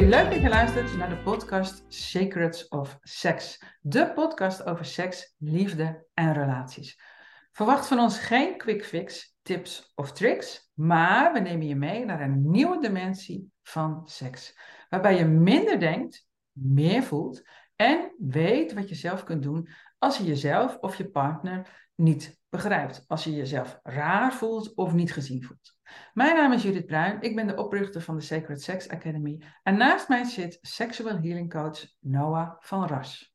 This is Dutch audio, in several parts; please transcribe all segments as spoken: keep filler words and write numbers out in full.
Leuk dat je luistert naar de podcast Secrets of Sex. De podcast over seks, liefde en relaties. Verwacht van ons geen quick fix, tips of tricks, maar we nemen je mee naar een nieuwe dimensie van seks. Waarbij je minder denkt, meer voelt en weet wat je zelf kunt doen als je jezelf of je partner niet begrijpt. Als je jezelf raar voelt of niet gezien voelt. Mijn naam is Judith Bruin, ik ben de oprichter van de Sacred Sex Academy en naast mij zit Sexual Healing Coach Noah van Ras.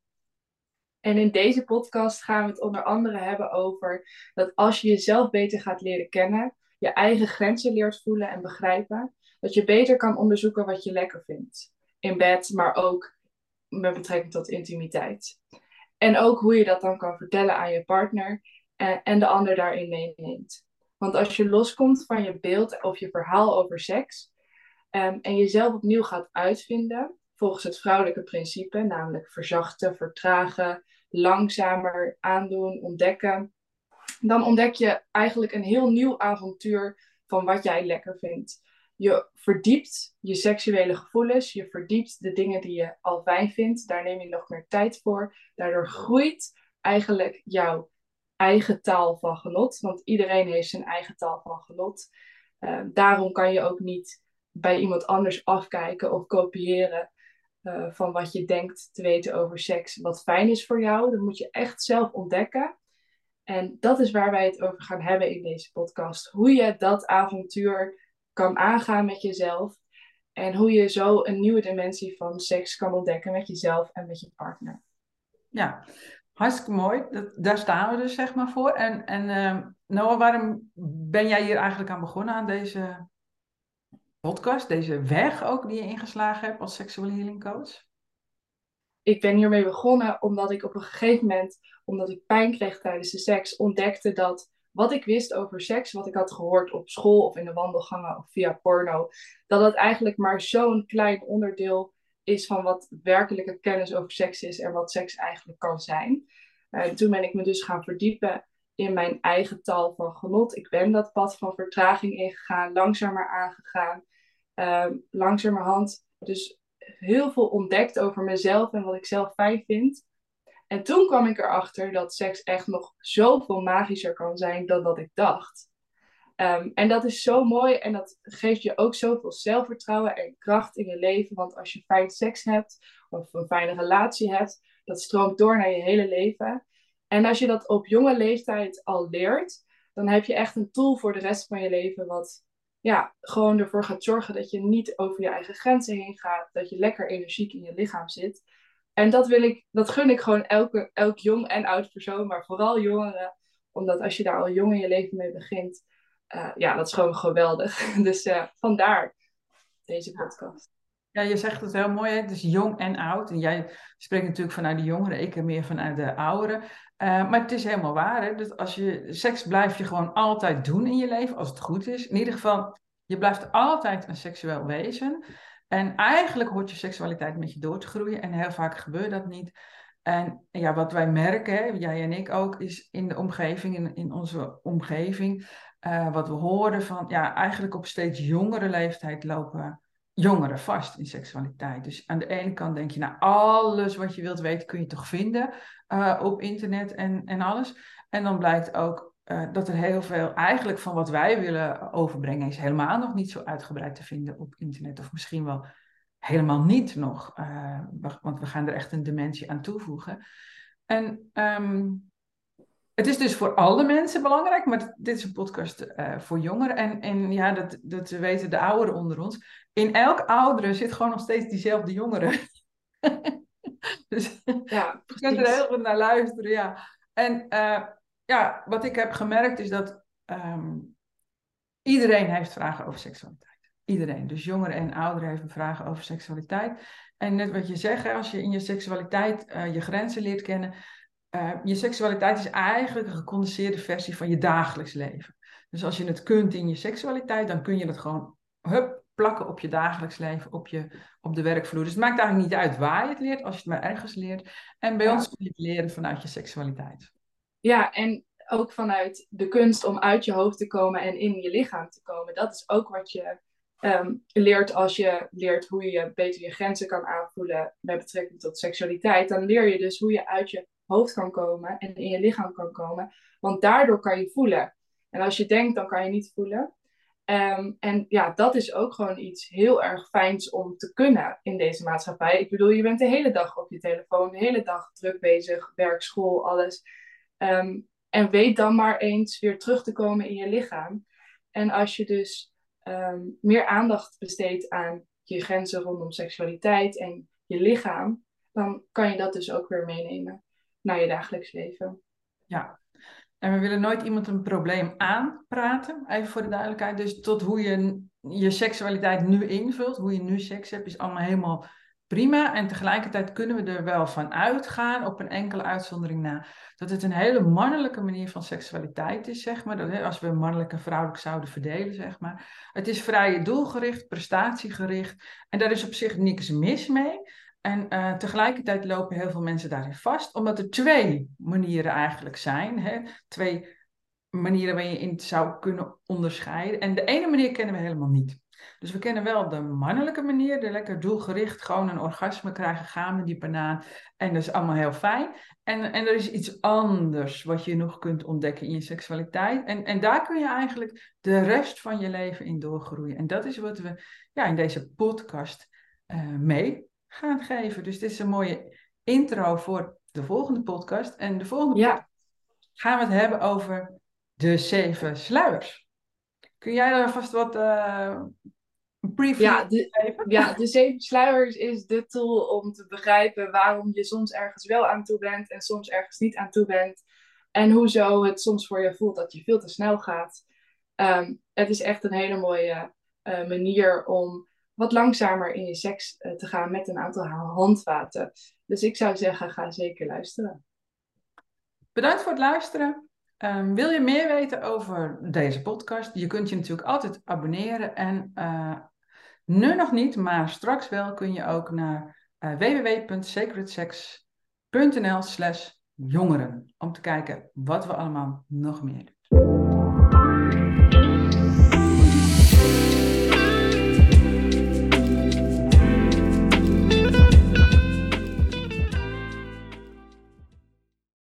En in deze podcast gaan we het onder andere hebben over dat als je jezelf beter gaat leren kennen, je eigen grenzen leert voelen en begrijpen, dat je beter kan onderzoeken wat je lekker vindt. In bed, maar ook met betrekking tot intimiteit. En ook hoe je dat dan kan vertellen aan je partner en, en de ander daarin meeneemt. Want als je loskomt van je beeld of je verhaal over seks um, en jezelf opnieuw gaat uitvinden, volgens het vrouwelijke principe, namelijk verzachten, vertragen, langzamer aandoen, ontdekken, dan ontdek je eigenlijk een heel nieuw avontuur van wat jij lekker vindt. Je verdiept je seksuele gevoelens, je verdiept de dingen die je al fijn vindt, daar neem je nog meer tijd voor. Daardoor groeit eigenlijk jouw eigen taal van genot, want iedereen heeft zijn eigen taal van genot. Uh, daarom kan je ook niet bij iemand anders afkijken of kopiëren uh, van wat je denkt te weten over seks, wat fijn is voor jou. Dat moet je echt zelf ontdekken. En dat is waar wij het over gaan hebben in deze podcast. Hoe je dat avontuur kan aangaan met jezelf. En hoe je zo een nieuwe dimensie van seks kan ontdekken met jezelf en met je partner. Ja, hartstikke mooi. Dat, daar staan we dus zeg maar voor. En, en uh, Noah, waarom ben jij hier eigenlijk aan begonnen aan deze podcast? Deze weg ook die je ingeslagen hebt als Sexual Healing Coach? Ik ben hiermee begonnen omdat ik op een gegeven moment, omdat ik pijn kreeg tijdens de seks, ontdekte dat wat ik wist over seks, wat ik had gehoord op school of in de wandelgangen of via porno, dat het eigenlijk maar zo'n klein onderdeel is van wat werkelijke kennis over seks is en wat seks eigenlijk kan zijn. Uh, toen ben ik me dus gaan verdiepen in mijn eigen taal van genot. Ik ben dat pad van vertraging ingegaan, langzamer aangegaan, uh, langzamerhand. Dus heel veel ontdekt over mezelf en wat ik zelf fijn vind. En toen kwam ik erachter dat seks echt nog zoveel magischer kan zijn dan dat ik dacht. Um, en dat is zo mooi en dat geeft je ook zoveel zelfvertrouwen en kracht in je leven. Want als je fijn seks hebt of een fijne relatie hebt, dat stroomt door naar je hele leven. En als je dat op jonge leeftijd al leert, dan heb je echt een tool voor de rest van je leven wat ja, gewoon ervoor gaat zorgen dat je niet over je eigen grenzen heen gaat. Dat je lekker energiek in je lichaam zit. En dat, wil ik, dat gun ik gewoon elke, elk jong en oud persoon, maar vooral jongeren. Omdat als je daar al jong in je leven mee begint, uh, ja, dat is gewoon geweldig. Dus uh, vandaar deze podcast. Ja, je zegt het heel mooi, hè? Het is jong en oud. En jij spreekt natuurlijk vanuit de jongeren, ik meer vanuit de ouderen. Uh, maar het is helemaal waar, hè? Dat als je, seks blijf je gewoon altijd doen in je leven, als het goed is. In ieder geval, je blijft altijd een seksueel wezen. En eigenlijk hoort je seksualiteit met je door te groeien. En heel vaak gebeurt dat niet. En ja, wat wij merken, hè, jij en ik ook, is in de omgeving, in, in onze omgeving, uh, wat we horen van, ja, eigenlijk op steeds jongere leeftijd lopen jongeren vast in seksualiteit. Dus aan de ene kant denk je, nou, alles wat je wilt weten kun je toch vinden uh, op internet en, en alles. En dan blijkt ook uh, dat er heel veel eigenlijk van wat wij willen overbrengen is helemaal nog niet zo uitgebreid te vinden op internet. Of misschien wel helemaal niet nog. Uh, want we gaan er echt een dimensie aan toevoegen. En um, het is dus voor alle mensen belangrijk, maar dit is een podcast uh, voor jongeren. En, en ja, dat, dat weten de ouderen onder ons. In elk oudere zit gewoon nog steeds diezelfde jongere. Dus Ja, je kunt er precies. heel goed naar luisteren, ja. En uh, ja, wat ik heb gemerkt is dat um, iedereen heeft vragen over seksualiteit. Iedereen. Dus jongeren en ouderen hebben vragen over seksualiteit. En net wat je zegt, als je in je seksualiteit uh, je grenzen leert kennen. Uh, je seksualiteit is eigenlijk een gecondenseerde versie van je dagelijks leven. Dus als je het kunt in je seksualiteit, dan kun je het gewoon hup, plakken op je dagelijks leven, op, je, op de werkvloer. Dus het maakt eigenlijk niet uit waar je het leert, als je het maar ergens leert. En bij Ja. ons kun je het leren vanuit je seksualiteit. Ja, en ook vanuit de kunst om uit je hoofd te komen en in je lichaam te komen. Dat is ook wat je um, leert als je leert hoe je beter je grenzen kan aanvoelen met betrekking tot seksualiteit, dan leer je dus hoe je uit je hoofd kan komen en in je lichaam kan komen. Want daardoor kan je voelen. En als je denkt, dan kan je niet voelen. Um, en ja, dat is ook gewoon iets heel erg fijns om te kunnen in deze maatschappij. Ik bedoel, je bent de hele dag op je telefoon, de hele dag druk bezig, werk, school, alles. Um, en weet dan maar eens weer terug te komen in je lichaam. En als je dus um, meer aandacht besteedt aan je grenzen rondom seksualiteit en je lichaam, dan kan je dat dus ook weer meenemen naar je dagelijks leven. Ja. En we willen nooit iemand een probleem aanpraten, even voor de duidelijkheid. Dus tot hoe je je seksualiteit nu invult, hoe je nu seks hebt, is allemaal helemaal prima. En tegelijkertijd kunnen we er wel van uitgaan, op een enkele uitzondering na, dat het een hele mannelijke manier van seksualiteit is, zeg maar. Dat, hè, als we mannelijk en vrouwelijk zouden verdelen, zeg maar. Het is vrij doelgericht, prestatiegericht. En daar is op zich niks mis mee. En uh, tegelijkertijd lopen heel veel mensen daarin vast, omdat er twee manieren eigenlijk zijn. Hè? Twee manieren waar je in zou kunnen onderscheiden. En de ene manier kennen we helemaal niet. Dus we kennen wel de mannelijke manier, de lekker doelgericht, gewoon een orgasme krijgen, gaan met die banaan. En dat is allemaal heel fijn. En, en er is iets anders wat je nog kunt ontdekken in je seksualiteit. En, en daar kun je eigenlijk de rest van je leven in doorgroeien. En dat is wat we ja, in deze podcast uh, mee gaan geven. Dus dit is een mooie intro voor de volgende podcast. En de volgende Ja. podcast gaan we het hebben over de zeven sluiers. Kun jij daar vast wat uh, een preview ja, de, geven? ja, de zeven sluiers is de tool om te begrijpen waarom je soms ergens wel aan toe bent en soms ergens niet aan toe bent. En hoezo het soms voor je voelt dat je veel te snel gaat. Um, het is echt een hele mooie uh, manier om wat langzamer in je seks uh, te gaan met een aantal handvaten. Dus ik zou zeggen, ga zeker luisteren. Bedankt voor het luisteren. Um, wil je meer weten over deze podcast? Je kunt je natuurlijk altijd abonneren. En uh, nu nog niet, maar straks wel kun je ook naar uh, w w w punt sacredsex punt n l slash jongeren. Om te kijken wat we allemaal nog meer doen.